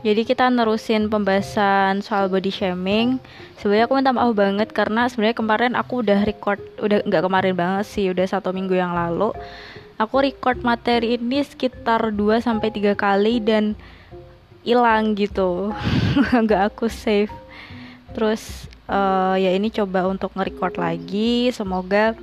Jadi kita nerusin pembahasan soal body shaming. Sebenarnya aku minta maaf banget karena sebenarnya kemarin aku udah record, udah nggak kemarin banget sih, udah 1 minggu yang lalu. Aku record materi ini sekitar 2 sampai 3 kali dan hilang gitu, nggak aku save. Terus ya ini coba untuk nge-record lagi. Semoga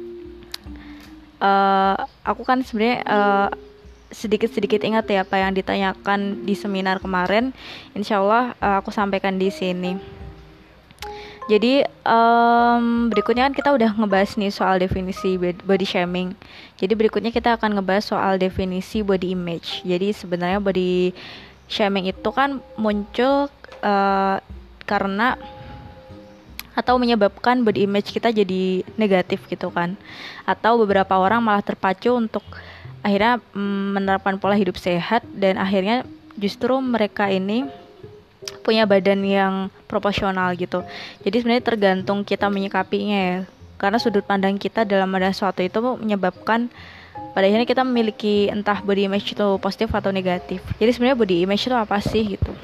aku kan sebenarnya sedikit-sedikit ingat ya apa yang ditanyakan di seminar kemarin. Insya Allah aku sampaikan di sini. Jadi berikutnya kan kita udah ngebahas nih soal definisi body shaming. Jadi berikutnya kita akan ngebahas soal definisi body image. Jadi sebenarnya body shaming itu kan muncul karena atau menyebabkan body image kita jadi negatif gitu kan. Atau beberapa orang malah terpacu untuk akhirnya menerapkan pola hidup sehat dan akhirnya justru mereka ini punya badan yang proporsional gitu. Jadi sebenarnya tergantung kita menyikapinya ya. Karena sudut pandang kita dalam ada sesuatu itu menyebabkan pada akhirnya kita memiliki entah body image itu positif atau negatif. Jadi sebenarnya body image itu apa sih gitu.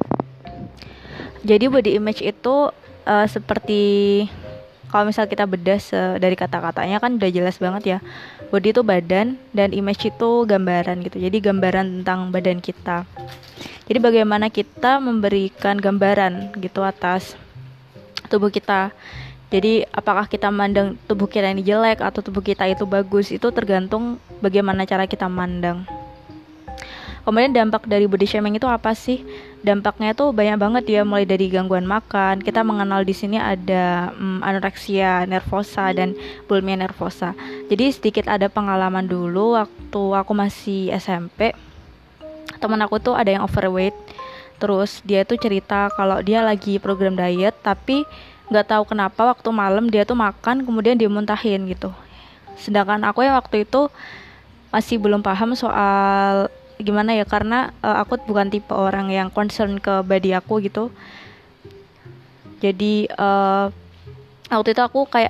Jadi body image itu seperti kalau misal kita bedah dari kata-katanya kan udah jelas banget ya. Body itu badan dan image itu gambaran gitu. Jadi gambaran tentang badan kita. Jadi bagaimana kita memberikan gambaran gitu atas tubuh kita. Jadi apakah kita mandang tubuh kita ini jelek atau tubuh kita itu bagus, itu tergantung bagaimana cara kita mandang. Kemudian dampak dari body shaming itu apa sih? Dampaknya tuh banyak banget ya, mulai dari gangguan makan. Kita mengenal di sini ada anoreksia nervosa dan bulimia nervosa. Jadi sedikit ada pengalaman dulu waktu aku masih SMP. Temen aku tuh ada yang overweight. Terus dia tuh cerita kalau dia lagi program diet, tapi nggak tahu kenapa waktu malam dia tuh makan kemudian dia muntahin gitu. Sedangkan aku yang waktu itu masih belum paham soal gimana ya, karena aku bukan tipe orang yang concern ke body aku gitu. Jadi waktu itu aku kayak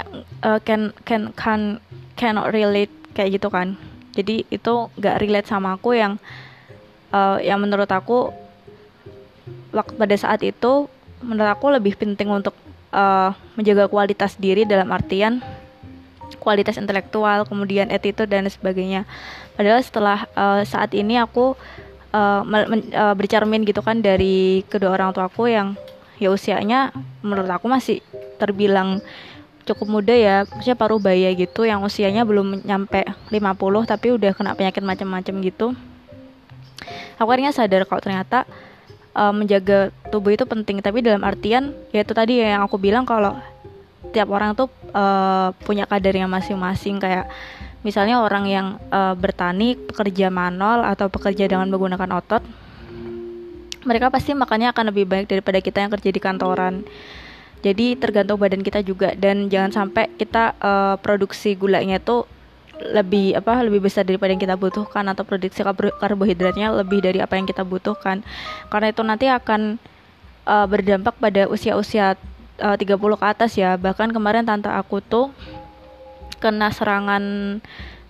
cannot relate kayak gitu kan. Jadi itu nggak relate sama aku yang menurut aku pada saat itu menurut aku lebih penting untuk menjaga kualitas diri dalam artian kualitas intelektual, kemudian attitude dan sebagainya. Padahal setelah saat ini aku bercermin gitu kan dari kedua orang tua aku yang ya usianya menurut aku masih terbilang cukup muda ya, maksudnya paruh baya gitu, yang usianya belum nyampe 50 tapi udah kena penyakit macam-macam gitu. Aku akhirnya sadar kalau ternyata menjaga tubuh itu penting, tapi dalam artian yaitu tadi ya yang aku bilang kalau tiap orang tuh punya kadarnya masing-masing. Kayak misalnya orang yang bertani, pekerja manual atau pekerja dengan menggunakan otot, mereka pasti makannya akan lebih baik daripada kita yang kerja di kantoran. Jadi tergantung badan kita juga, dan jangan sampai kita produksi gulanya tuh lebih besar daripada yang kita butuhkan, atau produksi karbohidratnya lebih dari apa yang kita butuhkan, karena itu nanti akan berdampak pada usia-usia 30 ke atas ya. Bahkan kemarin tante aku tuh kena serangan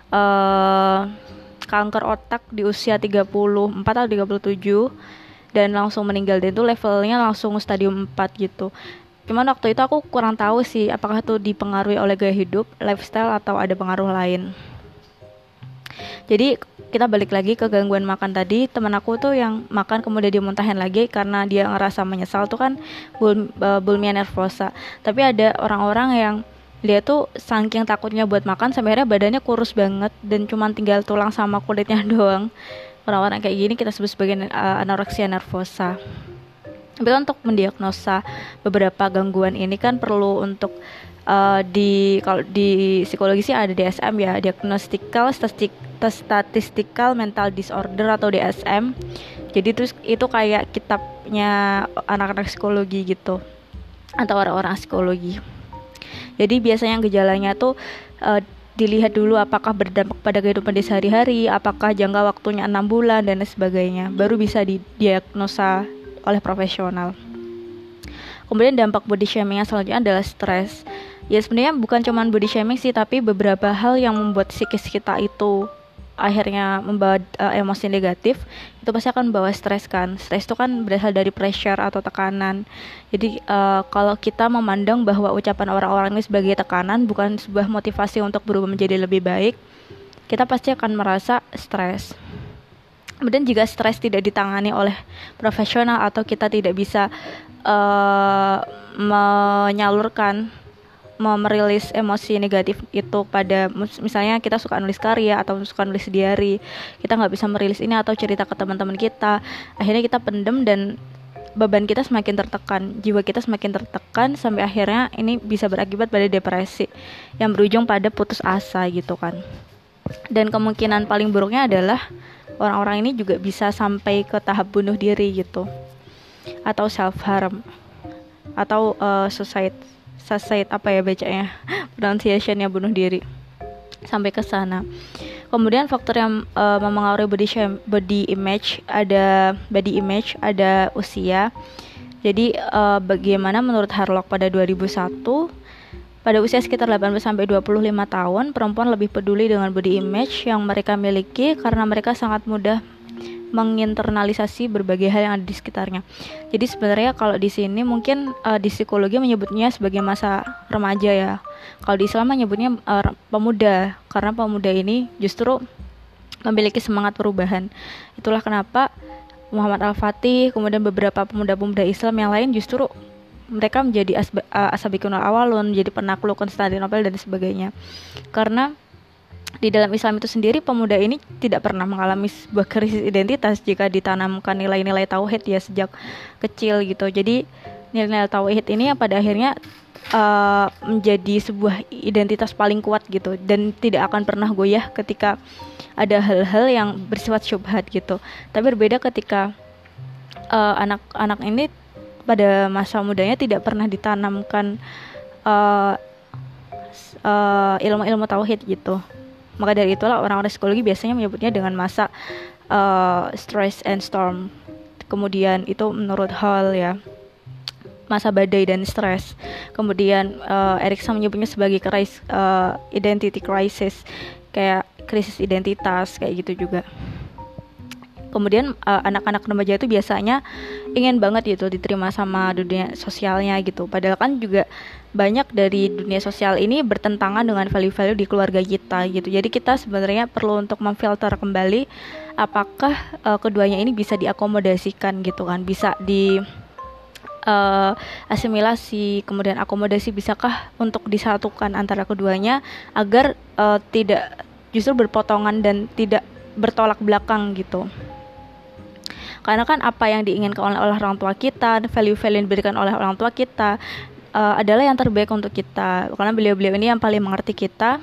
kanker otak di usia 34 atau 37 dan langsung meninggal, dan itu levelnya langsung stadium 4 gitu. Cuman waktu itu aku kurang tahu sih apakah itu dipengaruhi oleh gaya hidup, lifestyle, atau ada pengaruh lain. Jadi kita balik lagi ke gangguan makan tadi. Teman aku tuh yang makan kemudian dia muntahin lagi karena dia ngerasa menyesal tuh kan bulimia nervosa. Tapi ada orang-orang yang dia tuh saking takutnya buat makan sampai akhirnya badannya kurus banget dan cuman tinggal tulang sama kulitnya doang. Orang-orang kayak gini kita sebut sebagai anoreksia nervosa. Tapi untuk mendiagnosa beberapa gangguan ini kan perlu untuk kalau di psikologi sih ada DSM ya, Diagnostical Statistical Mental Disorder atau DSM. Jadi terus itu kayak kitabnya anak-anak psikologi gitu atau orang-orang psikologi. Jadi biasanya gejalanya tuh dilihat dulu apakah berdampak pada kehidupan di sehari-hari, apakah jangka waktunya 6 bulan dan sebagainya, baru bisa didiagnosa oleh profesional. Kemudian dampak body shaming yang selanjutnya adalah stres. Ya sebenarnya bukan cuma body shaming sih, tapi beberapa hal yang membuat psikis kita itu akhirnya membawa emosi negatif, itu pasti akan membawa stres kan. Stres itu kan berasal dari pressure atau tekanan. Jadi kalau kita memandang bahwa ucapan orang-orang ini sebagai tekanan, bukan sebuah motivasi untuk berubah menjadi lebih baik, kita pasti akan merasa stres. Kemudian jika stres tidak ditangani oleh profesional atau kita tidak bisa menyalurkan, merilis emosi negatif itu pada, misalnya kita suka nulis karya atau suka nulis diary, kita nggak bisa merilis ini atau cerita ke teman-teman kita, akhirnya kita pendem dan beban kita semakin tertekan, jiwa kita semakin tertekan, sampai akhirnya ini bisa berakibat pada depresi yang berujung pada putus asa gitu kan. Dan kemungkinan paling buruknya adalah orang-orang ini juga bisa sampai ke tahap bunuh diri gitu, atau self harm, atau suicide apa ya bacanya pronunciationnya, bunuh diri, sampai ke sana. Kemudian faktor yang memengaruhi body image ada usia. Jadi bagaimana menurut Harlock pada 2001, pada usia sekitar 18 sampai 25 tahun, perempuan lebih peduli dengan body image yang mereka miliki karena mereka sangat mudah menginternalisasi berbagai hal yang ada di sekitarnya. Jadi sebenarnya kalau di sini mungkin di psikologi menyebutnya sebagai masa remaja ya. Kalau di Islam menyebutnya pemuda, karena pemuda ini justru memiliki semangat perubahan. Itulah kenapa Muhammad Al-Fatih, kemudian beberapa pemuda-pemuda Islam yang lain justru mereka menjadi As-Sabiqunul Awwalun, menjadi penakluk Konstantinopel dan sebagainya. Karena di dalam Islam itu sendiri, pemuda ini tidak pernah mengalami sebuah krisis identitas jika ditanamkan nilai-nilai tauhid ya sejak kecil gitu. Jadi nilai-nilai tauhid ini yang pada akhirnya menjadi sebuah identitas paling kuat gitu, dan tidak akan pernah goyah ketika ada hal-hal yang bersifat syubhat gitu. Tapi berbeda ketika anak-anak ini pada masa mudanya tidak pernah ditanamkan ilmu-ilmu tauhid gitu. Maka dari itulah orang-orang psikologi biasanya menyebutnya dengan masa stress and storm. Kemudian itu menurut Hall ya, masa badai dan stres. Kemudian Erikson menyebutnya sebagai identity crisis, kayak krisis identitas kayak gitu juga. Kemudian anak-anak remaja itu biasanya ingin banget gitu diterima sama dunia sosialnya gitu. Padahal kan juga banyak dari dunia sosial ini bertentangan dengan value-value di keluarga kita gitu. Jadi kita sebenarnya perlu untuk memfilter kembali apakah keduanya ini bisa diakomodasikan gitu kan, bisa di asimilasi, kemudian akomodasi bisakah untuk disatukan antara keduanya agar tidak justru berpotongan dan tidak bertolak belakang gitu. Karena kan apa yang diinginkan oleh orang tua kita, value-value yang diberikan oleh orang tua kita adalah yang terbaik untuk kita. Karena beliau-beliau ini yang paling mengerti kita,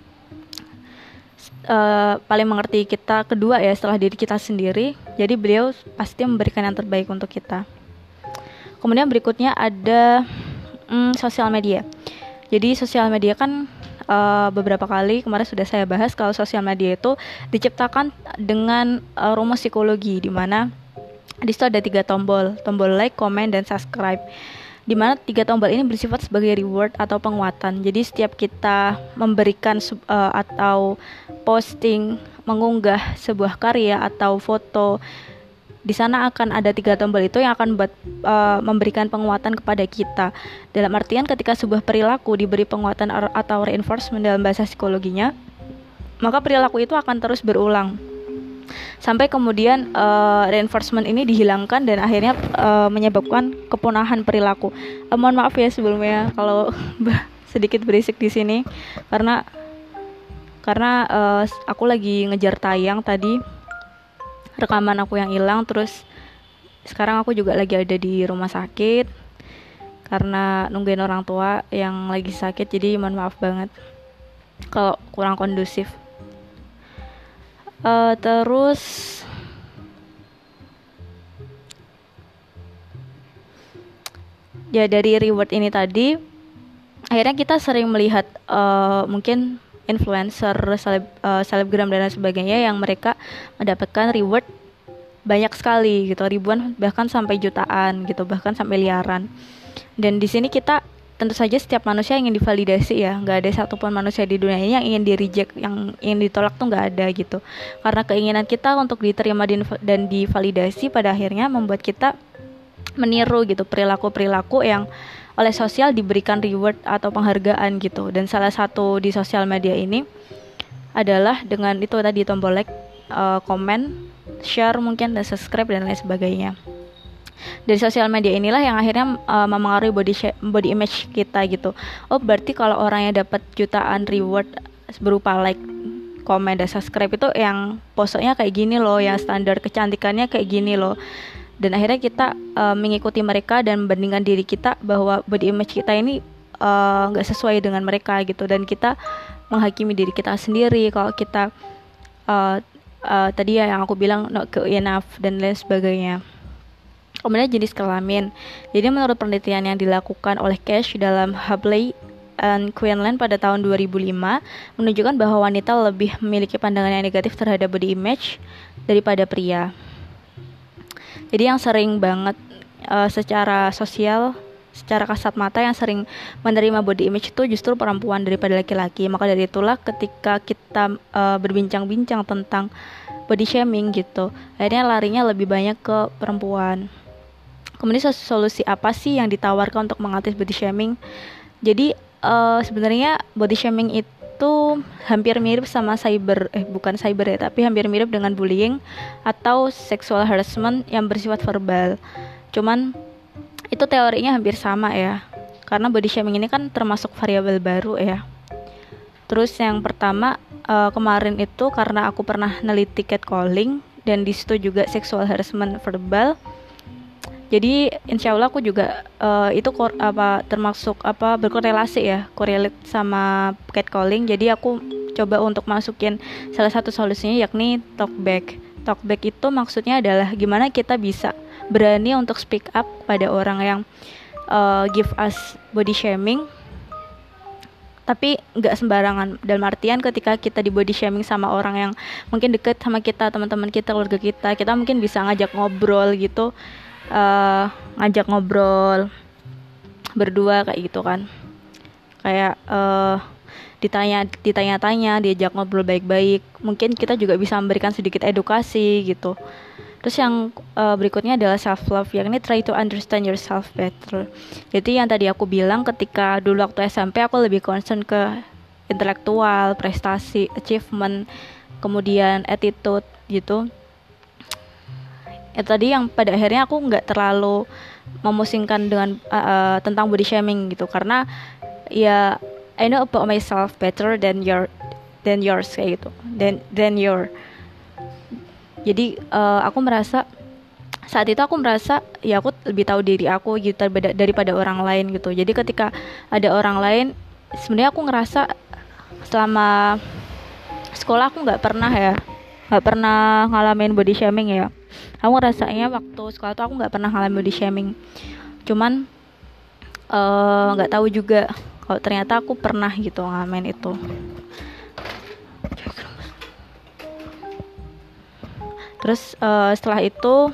kedua ya setelah diri kita sendiri. Jadi beliau pasti memberikan yang terbaik untuk kita. Kemudian berikutnya ada sosial media. Jadi sosial media kan beberapa kali kemarin sudah saya bahas kalau sosial media itu diciptakan dengan rumus psikologi, di mana di situ ada 3 tombol like, comment, dan subscribe. Di mana 3 tombol ini bersifat sebagai reward atau penguatan. Jadi setiap kita memberikan atau posting, mengunggah sebuah karya atau foto, di sana akan ada 3 tombol itu yang akan memberikan penguatan kepada kita. Dalam artian ketika sebuah perilaku diberi penguatan atau reinforcement dalam bahasa psikologinya, maka perilaku itu akan terus berulang sampai kemudian reinforcement ini dihilangkan dan akhirnya menyebabkan kepunahan perilaku. Mohon maaf ya sebelumnya kalau sedikit berisik di sini karena aku lagi ngejar tayang tadi, rekaman aku yang hilang, terus sekarang aku juga lagi ada di rumah sakit karena nungguin orang tua yang lagi sakit, jadi mohon maaf banget kalau kurang kondusif. Terus ya dari reward ini tadi akhirnya kita sering melihat mungkin influencer, selebgram dan lain sebagainya yang mereka mendapatkan reward banyak sekali gitu, ribuan bahkan sampai jutaan gitu, bahkan sampai miliaran. Dan di sini kita tentu saja setiap manusia ingin divalidasi ya, nggak ada satupun manusia di dunia ini yang ingin di reject, yang ingin ditolak tuh nggak ada gitu. Karena keinginan kita untuk diterima dan divalidasi pada akhirnya membuat kita meniru gitu perilaku-perilaku yang oleh sosial diberikan reward atau penghargaan gitu. Dan salah satu di sosial media ini adalah dengan itu tadi tombol like, komen, share mungkin, dan subscribe dan lain sebagainya. Dari sosial media inilah yang akhirnya memengaruhi body image kita gitu. Oh berarti kalau orangnya dapat jutaan reward berupa like, komen, dan subscribe itu yang posenya kayak gini loh, yang standar kecantikannya kayak gini loh. Dan akhirnya kita mengikuti mereka dan membandingkan diri kita bahwa body image kita ini gak sesuai dengan mereka gitu. Dan kita menghakimi diri kita sendiri kalau kita tadi ya yang aku bilang not good enough dan lain sebagainya. Kemudian jenis kelamin. Jadi menurut penelitian yang dilakukan oleh Cash dalam Habley and Quinlan pada tahun 2005 menunjukkan bahwa wanita lebih memiliki pandangan yang negatif terhadap body image daripada pria. Jadi yang sering banget secara sosial, secara kasat mata yang sering menerima body image itu justru perempuan daripada laki-laki. Maka dari itulah ketika kita berbincang-bincang tentang body shaming gitu, akhirnya larinya lebih banyak ke perempuan. Kemudian solusi apa sih yang ditawarkan untuk mengatasi body shaming? Jadi sebenarnya body shaming itu hampir mirip sama bukan cyber ya, tapi hampir mirip dengan bullying atau sexual harassment yang bersifat verbal. Cuman itu teorinya hampir sama ya, karena body shaming ini kan termasuk variabel baru ya. Terus yang pertama kemarin itu karena aku pernah neliti catcalling dan di situ juga sexual harassment verbal. Jadi insya Allah aku juga itu termasuk berkorelasi ya, korelate sama catcalling. Jadi aku coba untuk masukin salah satu solusinya yakni talkback. Talkback itu maksudnya adalah gimana kita bisa berani untuk speak up pada orang yang give us body shaming, tapi nggak sembarangan. Dalam artian ketika kita di body shaming sama orang yang mungkin deket sama kita, teman-teman kita, keluarga kita mungkin bisa ngajak ngobrol gitu, ngajak ngobrol berdua kayak gitu kan, kayak ditanya-tanya, diajak ngobrol baik-baik. Mungkin kita juga bisa memberikan sedikit edukasi gitu. Terus yang berikutnya adalah self love, yakni try to understand yourself better. Jadi yang tadi aku bilang, ketika dulu waktu SMP aku lebih concern ke intelektual, prestasi, achievement, kemudian attitude gitu. Itu tadi yang pada akhirnya aku nggak terlalu memusingkan dengan tentang body shaming gitu, karena ya I know about myself better than yours kayak gitu, than your. Jadi aku merasa saat itu ya aku lebih tahu diri aku gitu daripada orang lain gitu. Jadi ketika ada orang lain, sebenarnya aku ngerasa selama sekolah aku nggak pernah ngalamin body shaming ya. Aku rasanya waktu sekolah tuh aku nggak pernah ngalamin body shaming. Cuman nggak tahu juga kalau ternyata aku pernah gitu ngalamin itu. Terus setelah itu,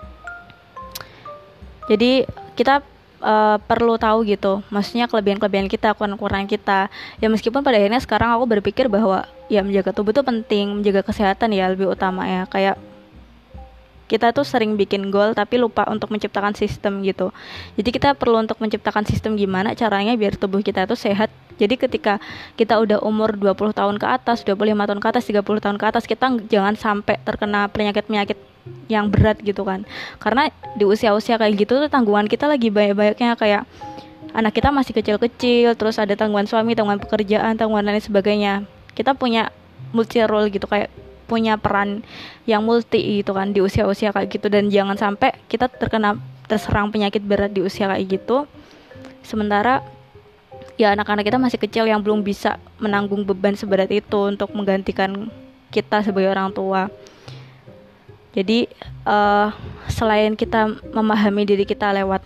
jadi kita perlu tahu gitu, maksudnya kelebihan-kelebihan kita, kekurangan kita. Ya meskipun pada akhirnya sekarang aku berpikir bahwa ya menjaga tubuh itu penting, menjaga kesehatan ya lebih utama ya. Kayak kita tuh sering bikin goal tapi lupa untuk menciptakan sistem gitu. Jadi kita perlu untuk menciptakan sistem gimana caranya biar tubuh kita tuh sehat. Jadi ketika kita udah umur 20 tahun ke atas, 25 tahun ke atas, 30 tahun ke atas, kita jangan sampai terkena penyakit-penyakit yang berat gitu kan. Karena di usia-usia kayak gitu tuh tanggungan kita lagi banyak-banyaknya, kayak anak kita masih kecil-kecil, terus ada tanggungan suami, tanggungan pekerjaan, tanggungan lain sebagainya. Kita punya multi role gitu, kayak punya peran yang multi gitu kan di usia-usia kayak gitu. Dan jangan sampai kita terserang penyakit berat di usia kayak gitu, sementara ya anak-anak kita masih kecil yang belum bisa menanggung beban seberat itu untuk menggantikan kita sebagai orang tua. Jadi selain kita memahami diri kita lewat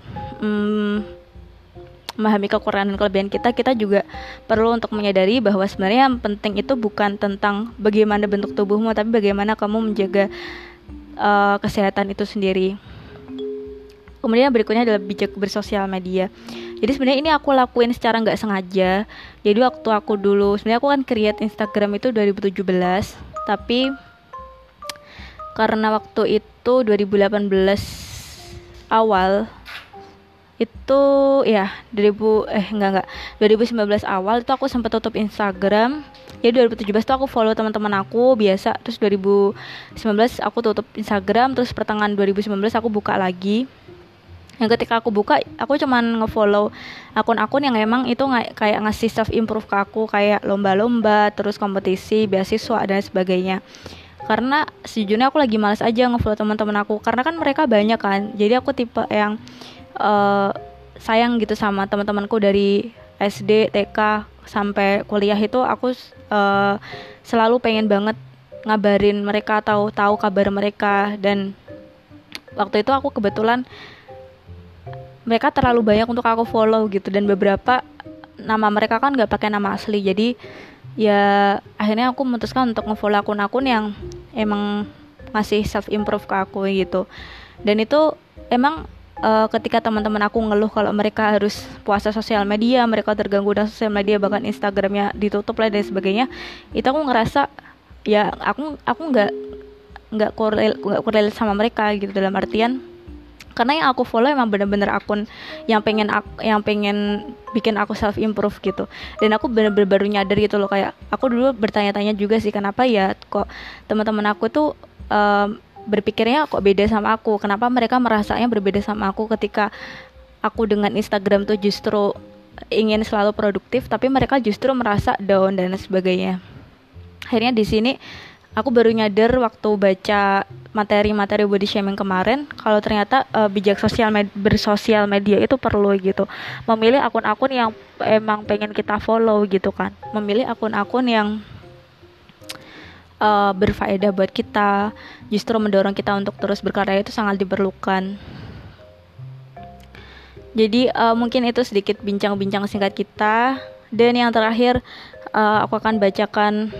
memahami kekurangan dan kelebihan kita juga perlu untuk menyadari bahwa sebenarnya yang penting itu bukan tentang bagaimana bentuk tubuhmu, tapi bagaimana kamu menjaga kesehatan itu sendiri. Kemudian berikutnya adalah bijak bersosial media. Jadi sebenarnya ini aku lakuin secara nggak sengaja. Jadi waktu aku dulu, sebenarnya aku kan create Instagram itu 2017, tapi karena waktu itu 2018 awal itu ya 2019 awal itu aku sempat tutup Instagram. Jadi 2017 tuh aku follow teman-teman aku biasa, terus 2019 aku tutup Instagram, terus pertengahan 2019 aku buka lagi. Yang ketika aku buka, aku cuman ngefollow akun-akun yang emang itu kayak ngasih self improve ke aku, kayak lomba-lomba, terus kompetisi, beasiswa dan sebagainya. Karena sejujurnya aku lagi malas aja ngefollow teman-teman aku, karena kan mereka banyak kan. Jadi aku tipe yang sayang gitu sama teman-temanku dari SD, TK sampai kuliah itu aku selalu pengen banget ngabarin mereka atau tahu kabar mereka. Dan waktu itu aku kebetulan mereka terlalu banyak untuk aku follow gitu, dan beberapa nama mereka kan nggak pakai nama asli. Jadi ya akhirnya aku memutuskan untuk ngefollow akun-akun yang emang ngasih self improve ke aku gitu. Dan itu emang ketika teman-teman aku ngeluh kalau mereka harus puasa sosial media, mereka terganggu dengan sosial media, bahkan Instagramnya ditutup lah dan sebagainya, itu aku ngerasa ya aku nggak korelate sama mereka gitu, dalam artian karena yang aku follow emang bener-bener akun yang pengen bikin aku self improve gitu. Dan aku bener-bener baru nyadar gitu loh, kayak aku dulu bertanya-tanya juga sih, kenapa ya kok teman-teman aku tuh berpikirnya kok beda sama aku, kenapa mereka merasanya berbeda sama aku ketika aku dengan Instagram tuh justru ingin selalu produktif, tapi mereka justru merasa down dan sebagainya. Akhirnya di sini aku baru nyadar waktu baca materi-materi body shaming kemarin, kalau ternyata bijak bersosial media itu perlu gitu, memilih akun-akun yang emang pengen kita follow gitu kan, memilih akun-akun yang berfaedah buat kita, justru mendorong kita untuk terus berkarya, itu sangat diperlukan. Jadi mungkin itu sedikit bincang-bincang singkat kita. Dan yang terakhir aku akan bacakan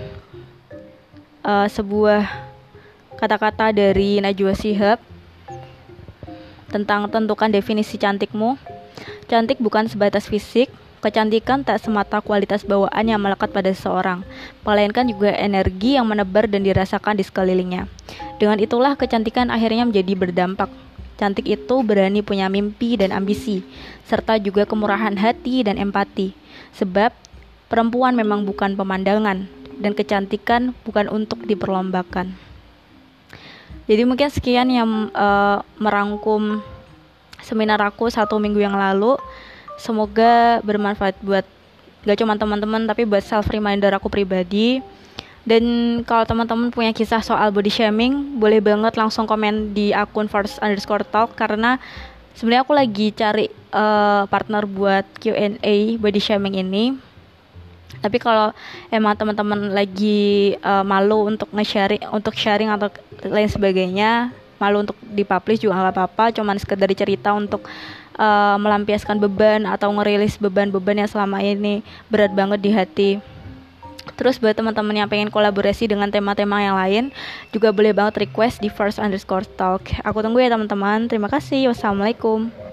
sebuah kata-kata dari Najwa Shihab tentang tentukan definisi cantikmu. Cantik bukan sebatas fisik. Kecantikan tak semata kualitas bawaan yang melekat pada seseorang, melainkan juga energi yang menebar dan dirasakan di sekelilingnya. Dengan itulah kecantikan akhirnya menjadi berdampak. Cantik itu berani punya mimpi dan ambisi, serta juga kemurahan hati dan empati. Sebab perempuan memang bukan pemandangan, dan kecantikan bukan untuk diperlombakan. Jadi mungkin sekian yang merangkum seminar aku 1 minggu yang lalu. Semoga bermanfaat buat gak cuma teman-teman, tapi buat self reminder aku pribadi. Dan kalau teman-teman punya kisah soal body shaming, boleh banget langsung komen di akun _talk, karena sebenarnya aku lagi cari partner buat Q&A body shaming ini. Tapi kalau emang teman-teman lagi malu untuk sharing atau lain sebagainya, malu untuk dipublish juga nggak apa-apa, cuman sekedar cerita untuk melampiaskan beban atau ngerilis beban-beban yang selama ini berat banget di hati. Terus buat teman-teman yang pengen kolaborasi dengan tema-tema yang lain, juga boleh banget request di _talk. Aku tunggu ya teman-teman. Terima kasih. Wassalamualaikum.